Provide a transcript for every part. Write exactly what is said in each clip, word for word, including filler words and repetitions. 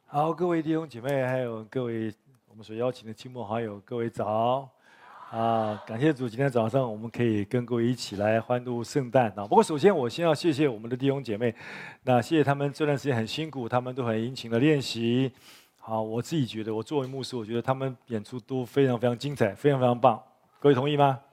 好，各位弟兄姐妹，还有各位我们所邀请的亲朋好友，各位早！啊，感谢主，今天早上我们可以跟各位一起来欢度圣诞啊。不过，首先我先要谢谢我们的弟兄姐妹，那谢谢他们这段时间很辛苦，他们都很殷勤的练习。好，我自己觉得，我作为牧师，我觉得他们演出都非常非常精彩，非常非常棒。各位同意吗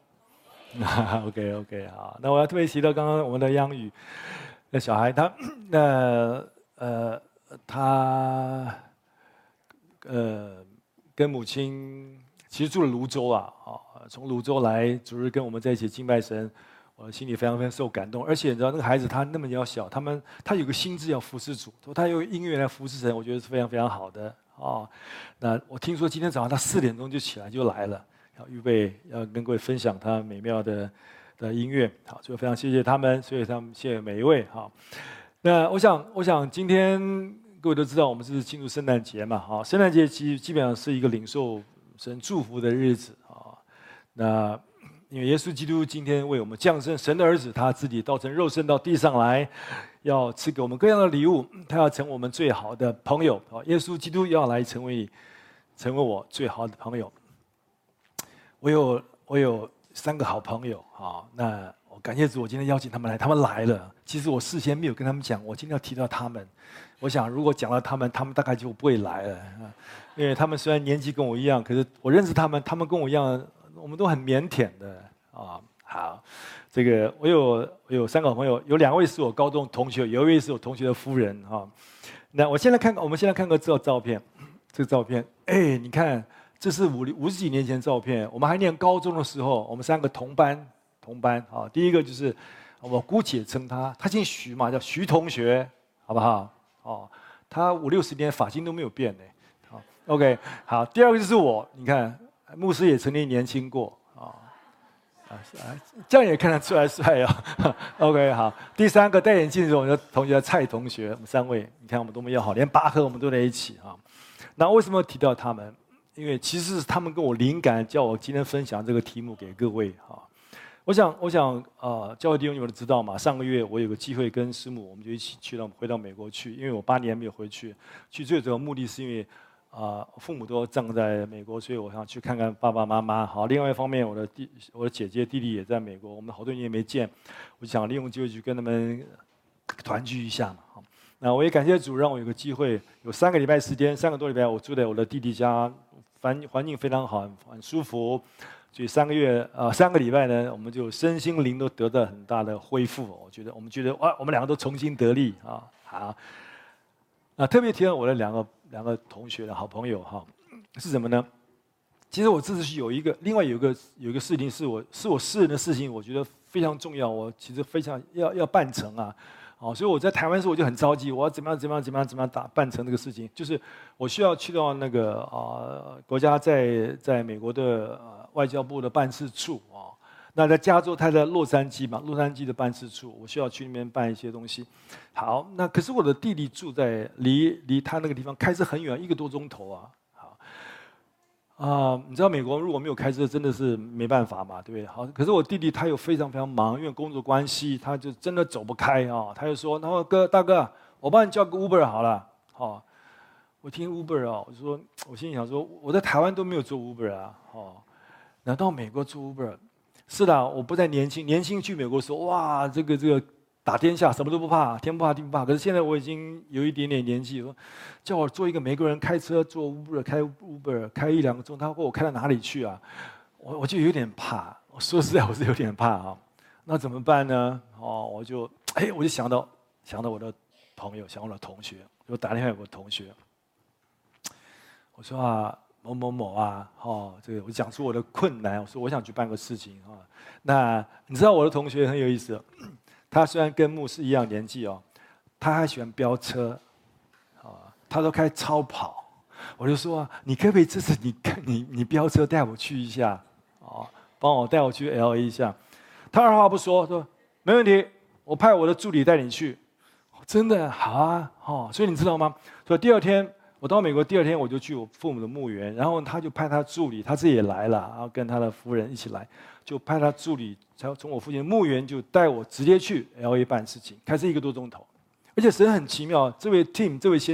？OK OK， 好，那我要特别提到刚刚我们的央语，那小孩他那呃。他呃跟母亲其实住了泸州啊，啊，从泸州来，主日跟我们在一起敬拜神，我心里非常非常受感动。而且你知道那个孩子他那么要小，他们他有个心智要服侍主，他用音乐来服侍神，我觉得是非常非常好的啊。那我听说今天早上他四点钟就起来就来了，要预备要跟各位分享他美妙的的音乐，好，所以非常谢谢他们，所以他们谢谢每一位哈。那我想，我想今天各位都知道，我们是庆祝圣诞节嘛，哈，圣诞节基基本上是一个领受神祝福的日子啊。那因为耶稣基督今天为我们降生，神的儿子他自己道成肉身到地上来，要赐给我们各样的礼物，他要成我们最好的朋友啊。耶稣基督要来成为，成为我最好的朋友。我有我有三个好朋友啊，那。我感谢主，我今天邀请他们来，他们来了。其实我事先没有跟他们讲，我今天要提到他们。我想，如果讲到他们，他们大概就不会来了，因为他们虽然年纪跟我一样，可是我认识他们，他们跟我一样，我们都很腼腆的啊。好，这个我有我有三个好朋友，有两位是我高中同学，有一位是我同学的夫人哈。那我现在看，我们现在看个这照片，这个照片，哎，你看，这是五五十几年前的照片，我们还念高中的时候，我们三个同班。同班啊，第一个就是我姑且称他，他姓徐嘛，叫徐同学，好不好？哦，他五六十年发型都没有变呢。好 ，OK， 好。第二个就是我，你看，牧师也曾经年轻过啊，啊，这样也看得出来帅啊。OK， 好。第三个戴眼镜的我的同学蔡同学，我们三位，你看我们多么要好，连拔河我们都在一起啊。那为什么提到他们？因为其实是他们跟我灵感，叫我今天分享这个题目给各位啊。我想，我想，呃，教会弟兄你们都知道嘛。上个月我有个机会跟师母，我们就一起去到回到美国去，因为我八年没有回去。去最主要目的是因为，啊、呃，父母都葬在美国，所以我想去看看爸爸妈妈。好，另外一方面，我的弟、我的姐姐、弟弟也在美国，我们好多年没见，我想利用机会去跟他们团聚一下嘛。好，那我也感谢主，让我有个机会，有三个礼拜时间，三个多礼拜，我住在我的弟弟家，环环境非常好，很舒服。所以三个月啊、呃，三个礼拜呢，我们就身心灵都得到很大的恢复。我觉得，我们觉得哇，我们两个都重新得力啊！好，啊，特别提到我的两个两个同学的好朋友哈，是什么呢？其实我这次有一个，另外有一个有一个事情是我是我私人的事情，我觉得非常重要，我其实非常要要办成啊。哦，所以我在台湾的时候我就很着急，我要怎么样怎么样怎么样怎么样打办成这个事情，就是我需要去到那个啊、呃、国家在在美国的、呃、外交部的办事处啊、哦，那在加州，他在洛杉矶嘛，洛杉矶的办事处，我需要去那边办一些东西。好，那可是我的弟弟住在离离他那个地方开车很远，一个多钟头啊。啊、呃，你知道美国如果没有开车，真的是没办法嘛，对不对？好，可是我弟弟他又非常非常忙，因为工作关系，他就真的走不开啊、哦。他就说：“然后哥大哥，我帮你叫个 Uber 好了。”哦，我听 Uber 啊，我就说，我心里想说，我在台湾都没有做 Uber 啊，哦，难道美国做 Uber？ 是的，我不再年轻，年轻去美国说，哇，这个这个。打天下什么都不怕，天不怕地不怕。可是现在我已经有一点点年纪，说叫我做一个美国人开车做 Uber 开 Uber 开一两个钟，他问我开到哪里去啊？我我就有点怕。我说实在，我是有点怕啊。那怎么办呢？哦，我就哎，我就想到想到我的朋友，想到我的同学，我打电话给我同学，我说啊某某某啊，哦，这个我讲出我的困难，我说我想去办个事情啊。那你知道我的同学很有意思。他虽然跟牧师一样年纪哦，他还喜欢飙车，啊，他都开超跑。我就说，你可不可以这次你你你飙车带我去一下，啊，帮我带我去 L A 一下。他二话不说说没问题，我派我的助理带你去。真的好啊，哦，所以你知道吗？所以第二天我到美国，第二天我就去我父母的墓园，然后他就派他助理，他自己也来了，然后跟他的夫人一起来。就派他助理，才从我父亲的墓园就带我直接去 L A 办事情，开车一个多钟头。而且神很奇妙，这位 Tim 这位先生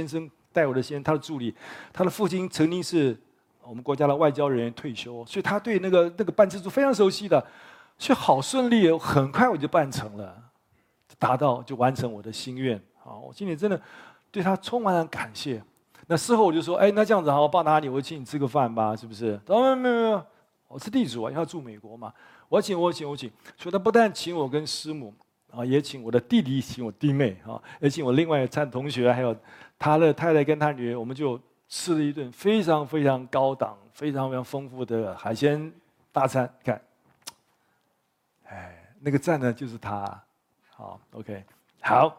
带我的先生，他的助理，他的父亲曾经是我们国家的外交人员退休，所以他对那个那个办制度非常熟悉的，所以好顺利，很快我就办成了，达到就完成我的心愿。啊，我心里真的对他充满了感谢。那事后我就说，哎，那这样子好，我报答你，我请你吃个饭吧，是不是？他说没有没有没有，我是地主啊，因为他住美国嘛，我请我请我请，所以他不但请我跟师母。啊，也请我的弟弟，请我弟妹，啊，也请我另外的同学，还有他的太太跟他女儿，我们就吃了一顿非常非常高档、非常非常丰富的海鲜大餐。看，哎，那个赞呢就是他，好 ，OK， 好，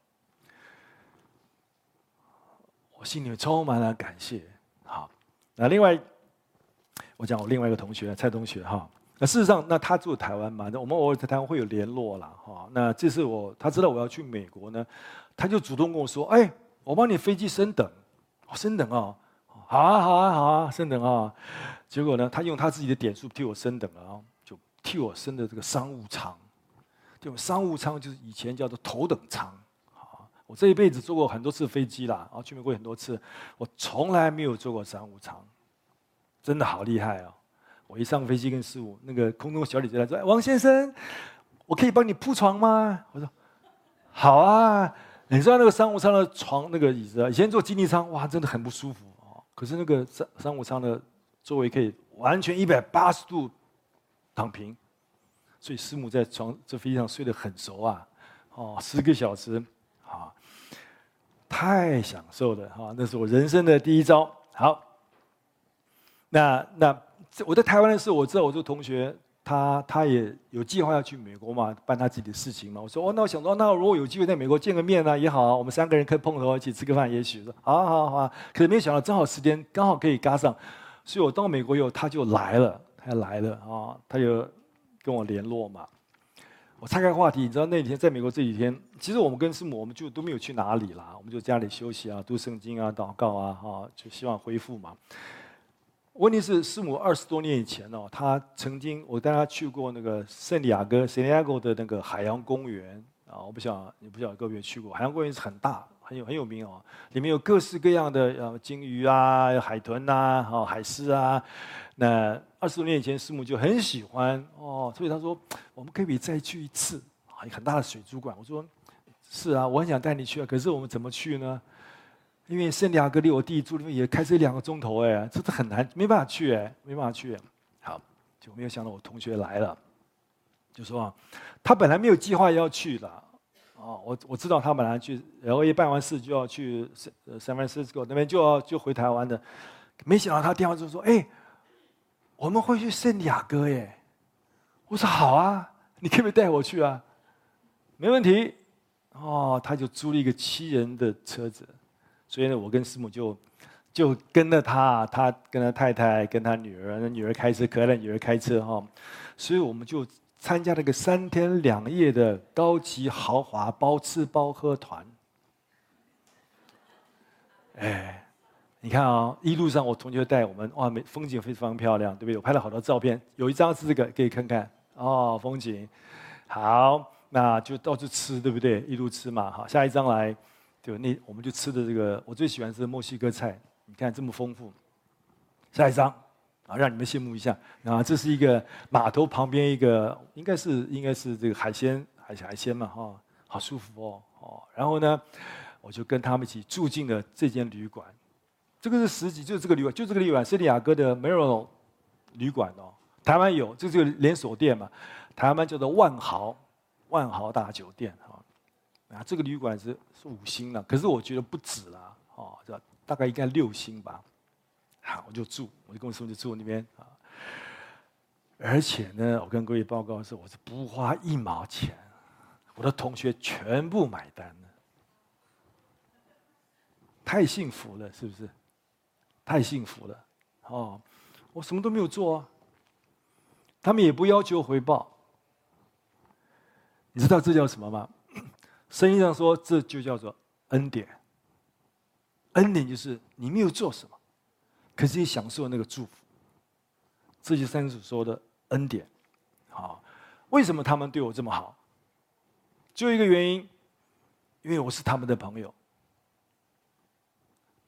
我心里面充满了感谢。好，那另外，我讲我另外一个同学蔡同学哈。那事实上，那他住台湾嘛，那我们偶尔在台湾会有联络啦，哈。那这次我他知道我要去美国呢，他就主动跟我说：“哎，我帮你飞机升等，哦、升等啊，好啊，好啊，好啊，升等啊。”结果呢，他用他自己的点数替我升等了，就替我升的这个商务舱。这种商务舱就是以前叫做头等舱。啊，我这一辈子坐过很多次飞机啦，然后去美国很多次，我从来没有坐过商务舱，真的好厉害哦。我一上飞机跟师傅，那个空中小姐姐来说：“王先生，我可以帮你铺床吗？”我说：“好啊。”你知道那个商务舱的床那个椅子啊，以前坐经济舱哇，真的很不舒服哦。可是那个商商务舱的座位可以完全一百八十度躺平，所以师母在床这飞机上睡得很熟啊，哦，十个小时啊，太享受了哈！那是我人生的第一招。好，那那。我在台湾的时候，我知道我这个同学，他他也有计划要去美国嘛，办他自己的事情嘛。我说哦，那我想说，那如果有机会在美国见个面呢、啊、也好啊，我们三个人可以碰头一起吃个饭，也许说好好好啊。可是没有想到，正好时间刚好可以搭上，所以我到美国以后，他就来了，他来了啊，他就跟我联络嘛。我岔开话题，你知道那几天在美国这几天，其实我们跟师母我们就都没有去哪里啦，我们就家里休息啊，读圣经啊，祷告啊，哈，就希望恢复嘛。问题是，师母二十多年以前哦，他曾经我带他去过那个圣地亚哥 （San Diego） 的那个海洋公园啊，我不晓你不晓得各位有去过？海洋公园是很大，很有很有名哦，里面有各式各样的呃鲸鱼啊、海豚呐、哦海狮啊。那二十多年以前，师母就很喜欢哦，所以他说我们可不可以再去一次啊？很大的水族馆。我说是啊，我很想带你去啊，可是我们怎么去呢？因为圣地亚哥离我弟住那边也开车两个钟头哎，这是很难，没办法去哎，没办法去。好，就没有想到我同学来了，就说啊，他本来没有计划要去的，哦，我我知道他本来去 L A 办完事就要去 San Francisco 那边就要就回台湾的，没想到他电话就说，哎，我们会去圣地亚哥耶。我说好啊，你可不可以带我去啊？没问题。哦，他就租了一个七人的车子。所以呢，我跟师母就就跟着他，他跟他太太，跟他女儿，那女儿开车，可爱的女儿开车哈，所以我们就参加了一个三天两夜的高级豪华包吃包喝团。哎，你看啊、哦，一路上我同学带我们，哇，美风景非常漂亮，对不对？我拍了好多照片，有一张是这个，可以看看哦，风景好，那就到处吃，对不对？一路吃嘛，好，下一张来。对，那我们就吃的这个，我最喜欢是墨西哥菜，你看这么丰富。下一张，啊，让你们羡慕一下。啊，这是一个码头旁边一个，应该是应该是这个海鲜海海鲜嘛，哈、哦，好舒服哦，哦。然后呢，我就跟他们一起住进了这间旅馆。这个是十几，就是这个旅馆，就这个旅馆，圣地亚哥的 Marriott 旅馆哦。台湾有，这是个连锁店嘛，台湾叫做万豪万豪大酒店哈。啊，这个旅馆是是五星了，可是我觉得不止啦，哦，大概应该六星吧。好，我就住，我就跟我师傅就住那边啊。而且呢，我跟各位报告的是，我是不花一毛钱，我的同学全部买单了，太幸福了，是不是？太幸福了，哦，我什么都没有做啊，他们也不要求回报。你知道这叫什么吗？圣经上说，这就叫做恩典。恩典就是你没有做什么，可是你享受那个祝福。这就是圣经所说的恩典。好，为什么他们对我这么好？就一个原因，因为我是他们的朋友。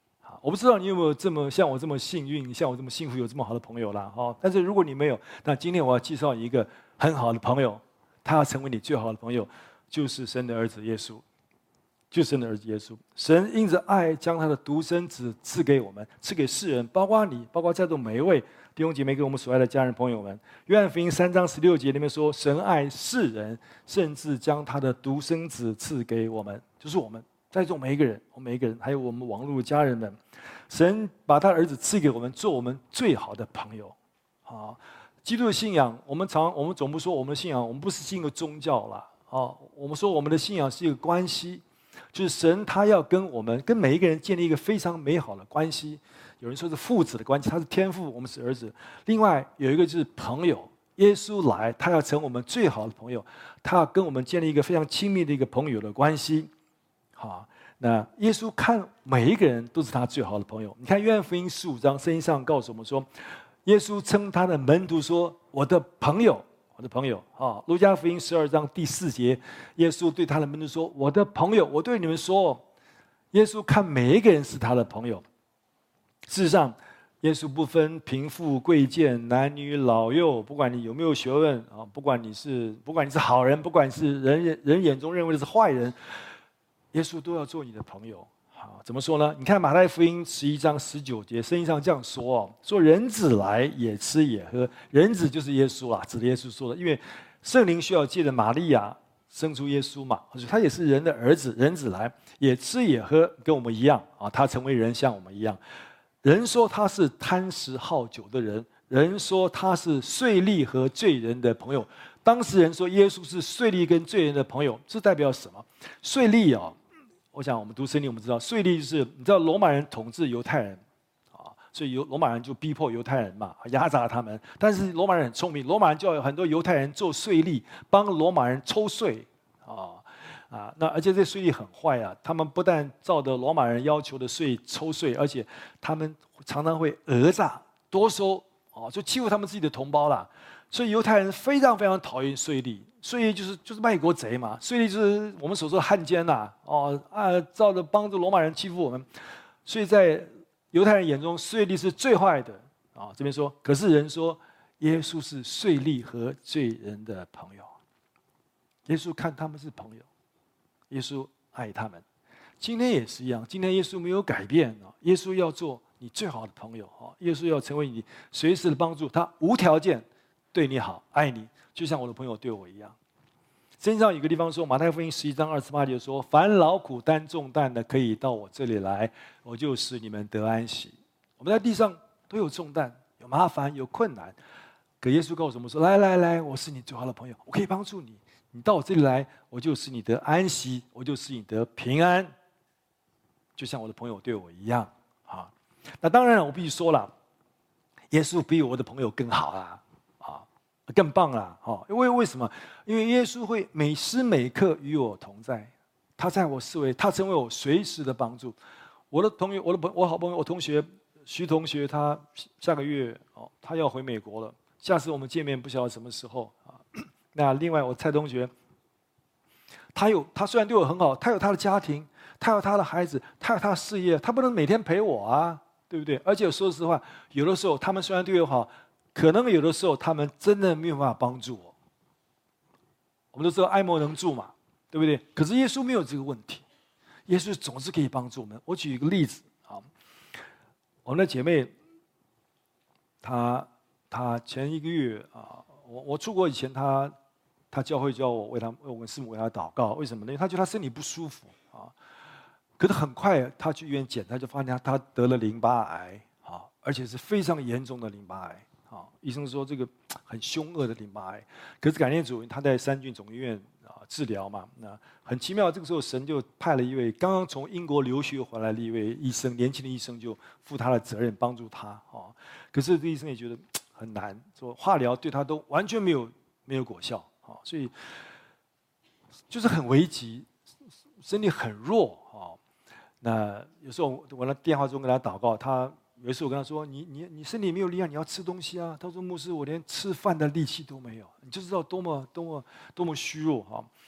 我不知道你有没有这么像我这么幸运，像我这么幸福，有这么好的朋友啦。哈，但是如果你没有，那今天我要介绍一个很好的朋友，他要成为你最好的朋友，就是神的儿子耶稣。就是神的儿子耶稣，神因着爱将他的独生子赐给我们，赐给世人，包括你，包括在座每一位弟兄姐妹跟我们所爱的家人朋友们。约翰福音三章十六节里面说，神爱世人，甚至将他的独生子赐给我们，就是我们在座每一个人，我们每一个人，还有我们网络的家人们，神把他的儿子赐给我们，做我们最好的朋友。好，基督的信仰，我们常我们总不说我们的信仰，我们不是信一个宗教啦，哦，我们说我们的信仰是一个关系。就是神，他要跟我们、跟每一个人建立一个非常美好的关系。有人说是父子的关系，他是天父，我们是儿子。另外有一个就是朋友，耶稣来，他要成我们最好的朋友，他要跟我们建立一个非常亲密的一个朋友的关系。好，那耶稣看每一个人都是他最好的朋友。你看约翰福音十五章，圣经上告诉我们说，耶稣称他的门徒说：“我的朋友。”我的朋友啊，路加福音十二章第四节，耶稣对他的门徒说：“我的朋友，我对你们说，耶稣看每一个人是他的朋友。事实上，耶稣不分贫富贵贱、男女老幼，不管你有没有学问啊，不管你是不管你是好人，不管是人人眼中认为的是坏人，耶稣都要做你的朋友。”好，怎么说呢？你看马太福音十一章十九节，圣经上这样说哦，说人子来也吃也喝，人子就是耶稣啦，指的耶稣说的，因为圣灵需要借着玛利亚生出耶稣嘛，所以他也是人的儿子，人子来也吃也喝，跟我们一样啊，他成为人像我们一样。人说他是贪食好酒的人，人说他是税吏和罪人的朋友。当时人说耶稣是税吏跟罪人的朋友，这代表什么？税吏啊。我想我们读圣经，我们知道税吏就是你知道罗马人统治犹太人，啊，所以犹罗马人就逼迫犹太人嘛，压榨他们。但是罗马人很聪明，罗马人叫很多犹太人做税吏，帮罗马人抽税，啊啊，那而且这税吏很坏啊，他们不但照着罗马人要求的税抽税，而且他们常常会讹诈多收，啊，就欺负他们自己的同胞啦。所以犹太人非常非常讨厌税吏。税吏就是就是卖国贼嘛，税吏就是我们所说的汉奸呐，哦啊，照着帮助罗马人欺负我们，所以在犹太人眼中，税吏是最坏的啊。这边说，可是人说耶稣是税吏和罪人的朋友，耶稣看他们是朋友，耶稣爱他们。今天也是一样，今天耶稣没有改变啊，耶稣要做你最好的朋友啊，耶稣要成为你随时的帮助，他无条件对你好，爱你。就像我的朋友对我一样。圣经上有个地方说，马太福音十一章二十八节说：“凡劳苦担重担的，可以到我这里来，我就使你们得安息。”我们在地上都有重担，有麻烦，有困难，可耶稣告诉我们说：“来来来，我是你最好的朋友，我可以帮助你。你到我这里来，我就使你得安息，我就使你得平安。”就像我的朋友对我一样啊。那当然，我必须说了，耶稣比我的朋友更好啊。更棒啦！哈，因为为什么？因为耶稣会每时每刻与我同在，他在我思维，他成为我随时的帮助。我的朋友，我的朋，我好朋友，我同学徐同学，他下个月哦，他要回美国了。下次我们见面不晓得什么时候啊。那另外，我蔡同学，他有他虽然对我很好，他有他的家庭，他有他的孩子，他有他的事业，他不能每天陪我啊，对不对？而且说实话，有的时候他们虽然对我好，可能有的时候他们真的没有办法帮助我。我们都知道爱莫能助嘛，对不对？可是耶稣没有这个问题，耶稣总是可以帮助我们。我举一个例子啊，我们的姐妹，她她前一个月啊，我我出国以前，她她教会叫我为她为我们师母为她祷告，为什么呢？因为她觉得她身体不舒服啊。可是很快她去医院检，她就发现她得了淋巴癌啊，而且是非常严重的淋巴癌。啊，医生说这个很凶恶的淋巴癌，可是感谢主，他在三军总医院啊治疗嘛，那很奇妙。这个时候神就派了一位刚刚从英国留学回来的一位医生，年轻的医生就负他的责任帮助他啊。可是这医生也觉得很难，说化疗对他都完全没有没有果效啊，所以就是很危急，身体很弱啊。那有时候我在电话中跟他祷告，他。有一次我跟他说：“你你你身体没有力量，你要吃东西啊。”他说：“牧师，我连吃饭的力气都没有，你就知道多么多么多么虚弱哈。”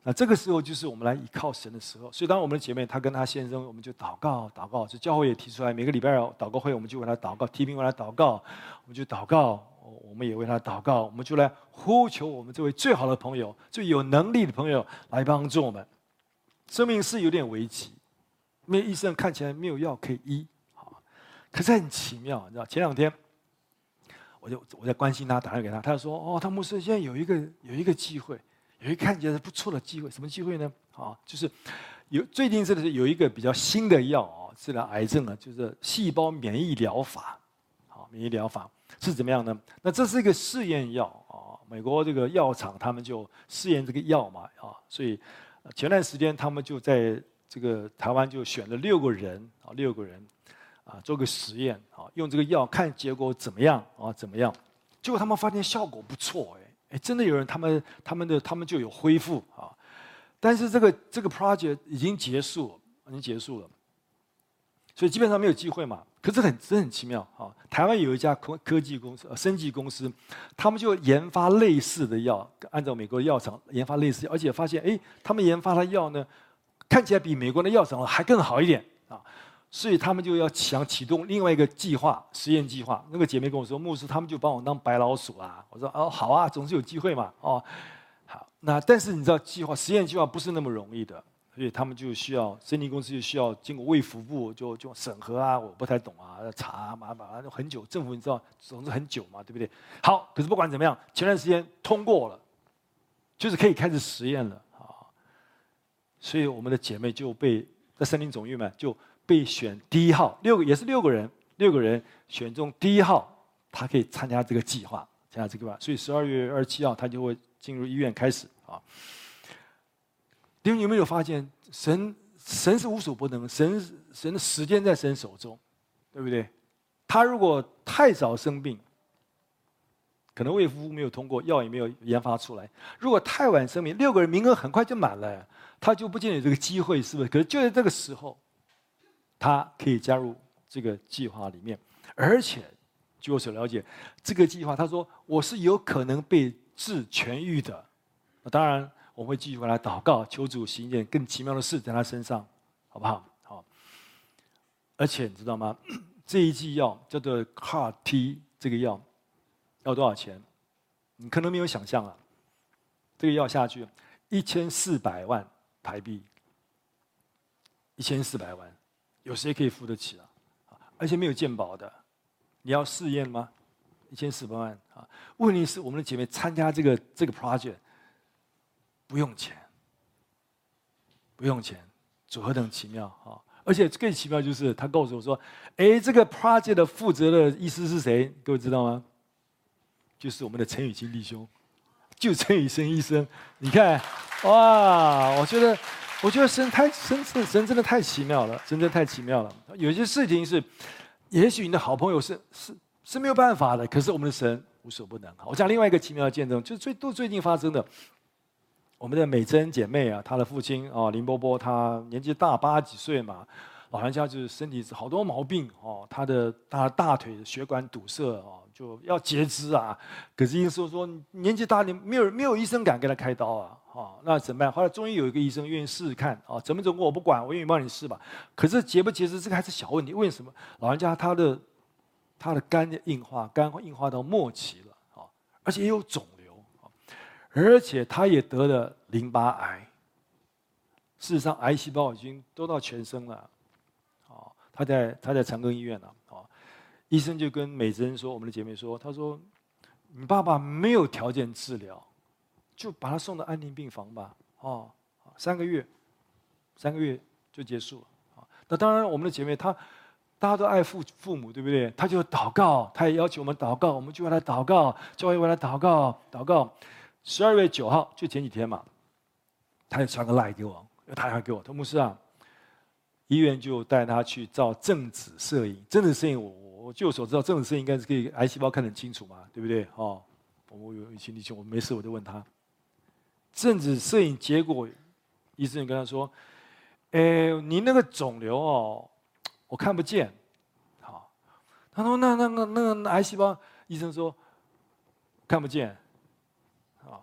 那这个时候就是我们来依靠神的时候。所以当我们的姐妹她跟她先生，我们就祷告祷告。就教会也提出来，每个礼拜要祷告会，我们就为她祷告，提名为她祷告，我们就祷告，我们也为她祷告，我们就来呼求我们这位最好的朋友、最有能力的朋友来帮助我们。生命是有点危急，因为医生看起来没有药可以医，可是很奇妙，你知道？前两天我就我在关心他，打电话给他，他就说：“哦，汤牧师，现在有一个有一个机会。”有一个看起来不错的机会，什么机会呢？啊，就是有最近这个是有一个比较新的药啊，治疗癌症啊，就是细胞免疫疗法。好，免疫疗法是怎么样呢？那这是一个试验药啊，美国这个药厂他们就试验这个药嘛啊，所以前段时间他们就在这个台湾就选了六个人啊，六个人啊做个实验啊，用这个药看结果怎么样啊？怎么样？结果他们发现效果不错哎。哎，真的有人，他们他们的他们就有恢复啊，但是这个这个 project 已经结束了，已经结束了，所以基本上没有机会嘛。可是很真很奇妙啊！台湾有一家科科技公司、呃生技公司，他们就研发类似的药，按照美国的药厂研发类似，而且发现，哎，他们研发的药呢，看起来比美国的药厂还更好一点啊。所以他们就要想启动另外一个计划，实验计划。那个姐妹跟我说：“牧师，他们就把我当白老鼠啦。”我说：“哦，好啊，总是有机会嘛。”哦，好。那但是你知道，计划实验计划不是那么容易的，所以他们就需要生技公司就需要经过卫福部就就审核啊，我不太懂啊，要查嘛嘛，很久。政府你知道，总是很久嘛，对不对？好，可是不管怎么样，前段时间通过了，就是可以开始实验了啊。所以我们的姐妹就被在森林总院嘛就。被选第一号，六个也是六个人，六个人选中第一号，他可以参加这个计划，参加这个计划。所以十二月二十七号他就会进入医院开始啊。你们有没有发现，神神是无所不能，神神的时间在神手中，对不对？他如果太早生病，可能卫福部没有通过，药也没有研发出来；如果太晚生病，六个人名额很快就满了，他就不见得有这个机会，是不是？可是就在这个时候。他可以加入这个计划里面，而且据我所了解，这个计划他说我是有可能被治痊愈的。那当然，我们会继续回来祷告，求主行一件更奇妙的事在他身上，好不好？好。而且你知道吗？这一剂药叫做 C A R T， 这个药要多少钱？你可能没有想象啊。这个药下去一千四百万台币，一千四百万。有谁可以付得起啊？而且没有健保的，你要试验吗？一千四百万啊！问题是我们的姐妹参加这个这个 project 不用钱，不用钱，主何等奇妙啊！而且更奇妙就是他告诉我说：“哎，这个 project 的负责的医师是谁？各位知道吗？就是我们的陈宇清弟兄，就陈宇生医生。你看，哇！我觉得。”我觉得神太神神神真的太奇妙了，真的太奇妙了。有些事情是，也许你的好朋友是是是没有办法的，可是我们的神无所不能。我讲另外一个奇妙的见证，就是最都最近发生的。我们的美珍姐妹啊，她的父亲啊林波波，他年纪大八十几岁嘛，老人家就是身体好多毛病哦，他的他的大腿血管堵塞哦，就要截肢啊。可是医生说说年纪大，你没有没有医生敢给他开刀啊。哦，那怎么办？后来终于有一个医生愿意试试看，哦，怎么怎么我不管，我愿意帮你试吧。可是结不结实这个还是小问题，为什么？老人家他的他的肝硬化，肝硬化到末期了，哦，而且也有肿瘤，哦，而且他也得了淋巴癌。事实上，癌细胞已经都到全身了，哦，他在他在长庚医院了，哦，医生就跟美珍说，我们的姐妹说，他说，你爸爸没有条件治疗。就把他送到安宁病房吧，哦，三个月，三个月就结束了啊。那当然，我们的姐妹她，大家都爱父父母，对不对？她就祷告，她也要求我们祷告，我们就为她祷告，教会为她祷告，祷告。十二月九号，就前几天嘛，她就传个赖给我，又打电话给我，他说牧师啊，医院就带她去照正子摄影，正子摄影我我据我所知道，正子摄影应该是可以癌细胞看得很清楚嘛，对不对？哦，我有以前弟兄，我没事我就问他。正子摄影结果，医生跟他说：“哎，你那个肿瘤哦，我看不见。”好，他说：“那那个那个癌细胞？”医生说：“看不见。”啊，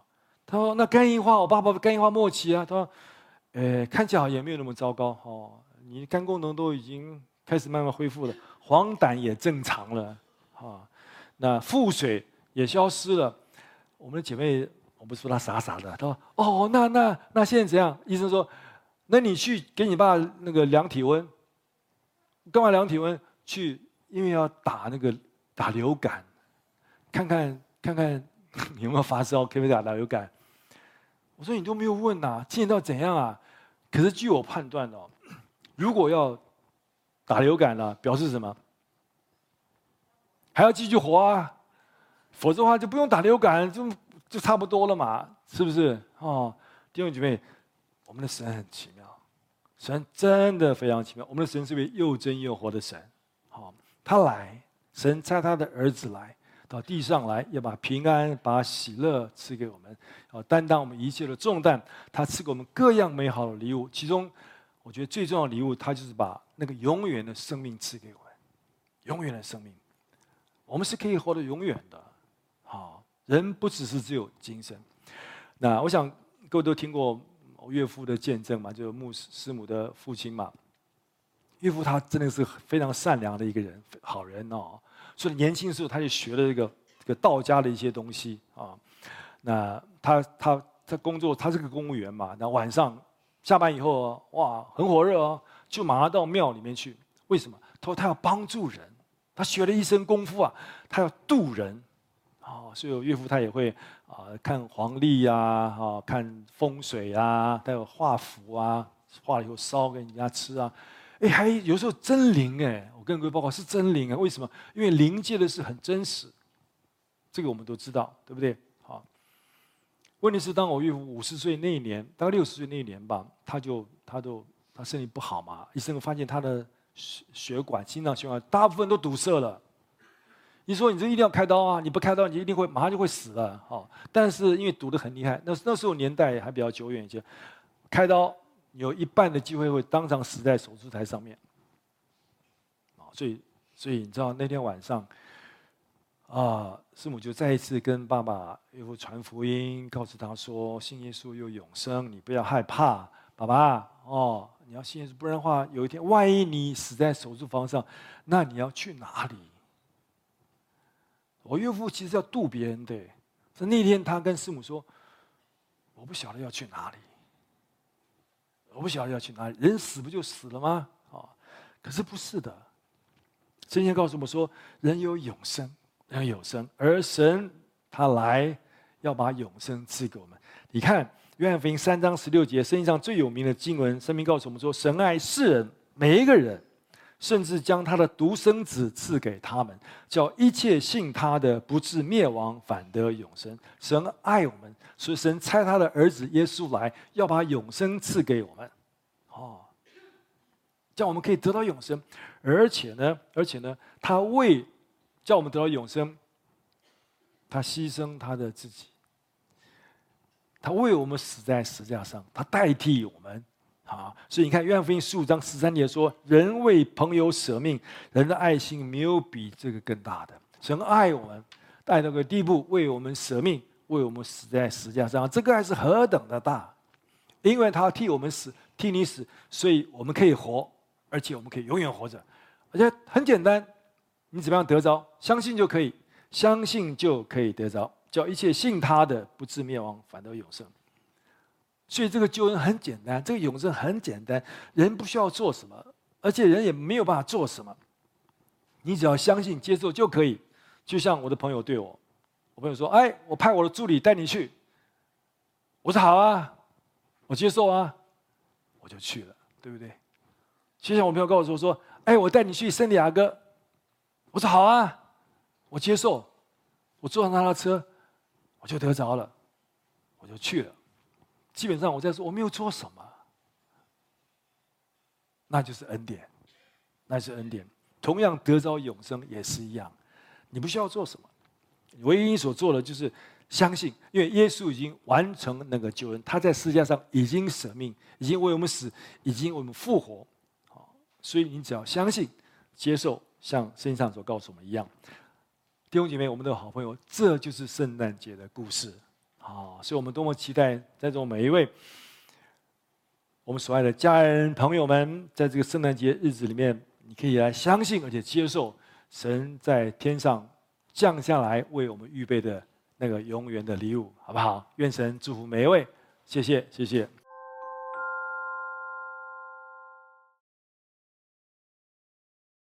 他说：“那肝硬化，我爸爸肝硬化末期啊。”他说：“呃，看起来也没有那么糟糕哦，你肝功能都已经开始慢慢恢复了，黄疸也正常了，啊，那腹水也消失了。”我们的姐妹，我不是说她傻傻的，她说：“哦，那那那现在怎样？”医生说：“那你去给你爸那个量体温，干嘛量体温？去，因为要打那个打流感，看看看看有没有发烧，可不可以打打流感？”我说：“你都没有问呐、啊，现在要怎样啊？”可是据我判断哦，如果要打流感了，表示什么？还要继续活啊，否则的话就不用打流感，就就差不多了嘛，是不是？哦，弟兄姐妹，我们的神很奇妙，神真的非常奇妙。我们的神是位又真又活的神，好、哦，他来，神差他的儿子来到地上来，要把平安、把喜乐赐给我们，要担当我们一切的重担。他赐给我们各样美好的礼物，其中我觉得最重要的礼物，他就是把那个永远的生命赐给我们，永远的生命。我们是可以活得永远的，好，人不只是只有今生。那我想各位都听过我岳父的见证嘛，就是牧师母的父亲嘛。岳父他真的是非常善良的一个人，好人哦。所以年轻的时候他就学了这个这个道家的一些东西啊。那他他他工作，他是个公务员嘛。那晚上下班以后，哇，很火热哦，就马上到庙里面去。为什么？他说他要帮助人。他学了一身功夫啊，他要渡人，哦，所以我岳父他也会啊、呃、看黄历啊，啊看风水啊，他有画符啊，画了以后烧给人家吃啊，哎，还有时候真灵哎，我跟各位报告是真灵啊，为什么？因为灵界的事很真实，这个我们都知道，对不对？好，问题是当我岳父五十岁那一年，大概六十岁那一年吧，他就他就他身体不好嘛，医生发现他的血血管、心脏血管大部分都堵塞了。你说你这一定要开刀啊！你不开刀，你一定会马上就会死了。哦，但是因为堵得很厉害，那那时候年代还比较久远一些，开刀有一半的机会会当场死在手术台上面。啊，所以所以你知道那天晚上，啊，师母就再一次跟爸爸岳父传福音，告诉他说：信耶稣有永生，你不要害怕，爸爸哦。你要信耶稣，不然的话，有一天万一你死在手术房上，那你要去哪里？我岳父其实要渡别人的，是那天他跟师母说：“我不晓得要去哪里，我不晓得要去哪里。人死不就死了吗？啊，可是不是的。圣经告诉我们说，人有永生，人有永生，而神他来要把永生赐给我们。你看。”约翰福音三章十六节，圣经上最有名的经文，圣经告诉我们说：神爱世人，每一个人，甚至将他的独生子赐给他们，叫一切信他的不至灭亡，反得永生。神爱我们，所以神差他的儿子耶稣来，要把永生赐给我们，哦，叫我们可以得到永生。而且呢，而且呢，他为叫我们得到永生，他牺牲他的自己。他为我们死在十字架上，他代替我们，啊！所以你看，约翰福音十五章十三节说：“人为朋友舍命，人的爱心没有比这个更大的。神爱我们，爱到个地步，为我们舍命，为我们死在十字架上，这个爱是何等的大！因为他替我们死，替你死，所以我们可以活，而且我们可以永远活着。而且很简单，你怎么样得着？相信就可以，相信就可以得着。”叫一切信他的不至灭亡，反得永生。所以这个救恩很简单，这个永生很简单，人不需要做什么，而且人也没有办法做什么，你只要相信、接受就可以。就像我的朋友对我，我朋友说：“哎，我派我的助理带你去。”我说：“好啊，我接受啊，我就去了，对不对？”就像我朋友告诉我说：“哎，我带你去圣地亚哥。”我说：“好啊，我接受。”我坐上他的车。我就得着了，我就去了。基本上我在说我没有做什么，那就是恩典，那是恩典。同样得着永生也是一样，你不需要做什么，唯一你所做的就是相信，因为耶稣已经完成那个救恩，他在十字架上已经舍命，已经为我们死，已经为我们复活。所以你只要相信、接受，像圣经上所告诉我们一样。弟兄姐妹，我们的好朋友，这就是圣诞节的故事。 啊，所以我们多么期待在座每一位我们所爱的家人朋友们，在这个圣诞节日子里面，你可以来相信而且接受神在天上降下来为我们预备的那个永远的礼物，好不好？愿神祝福每一位，谢谢，谢谢。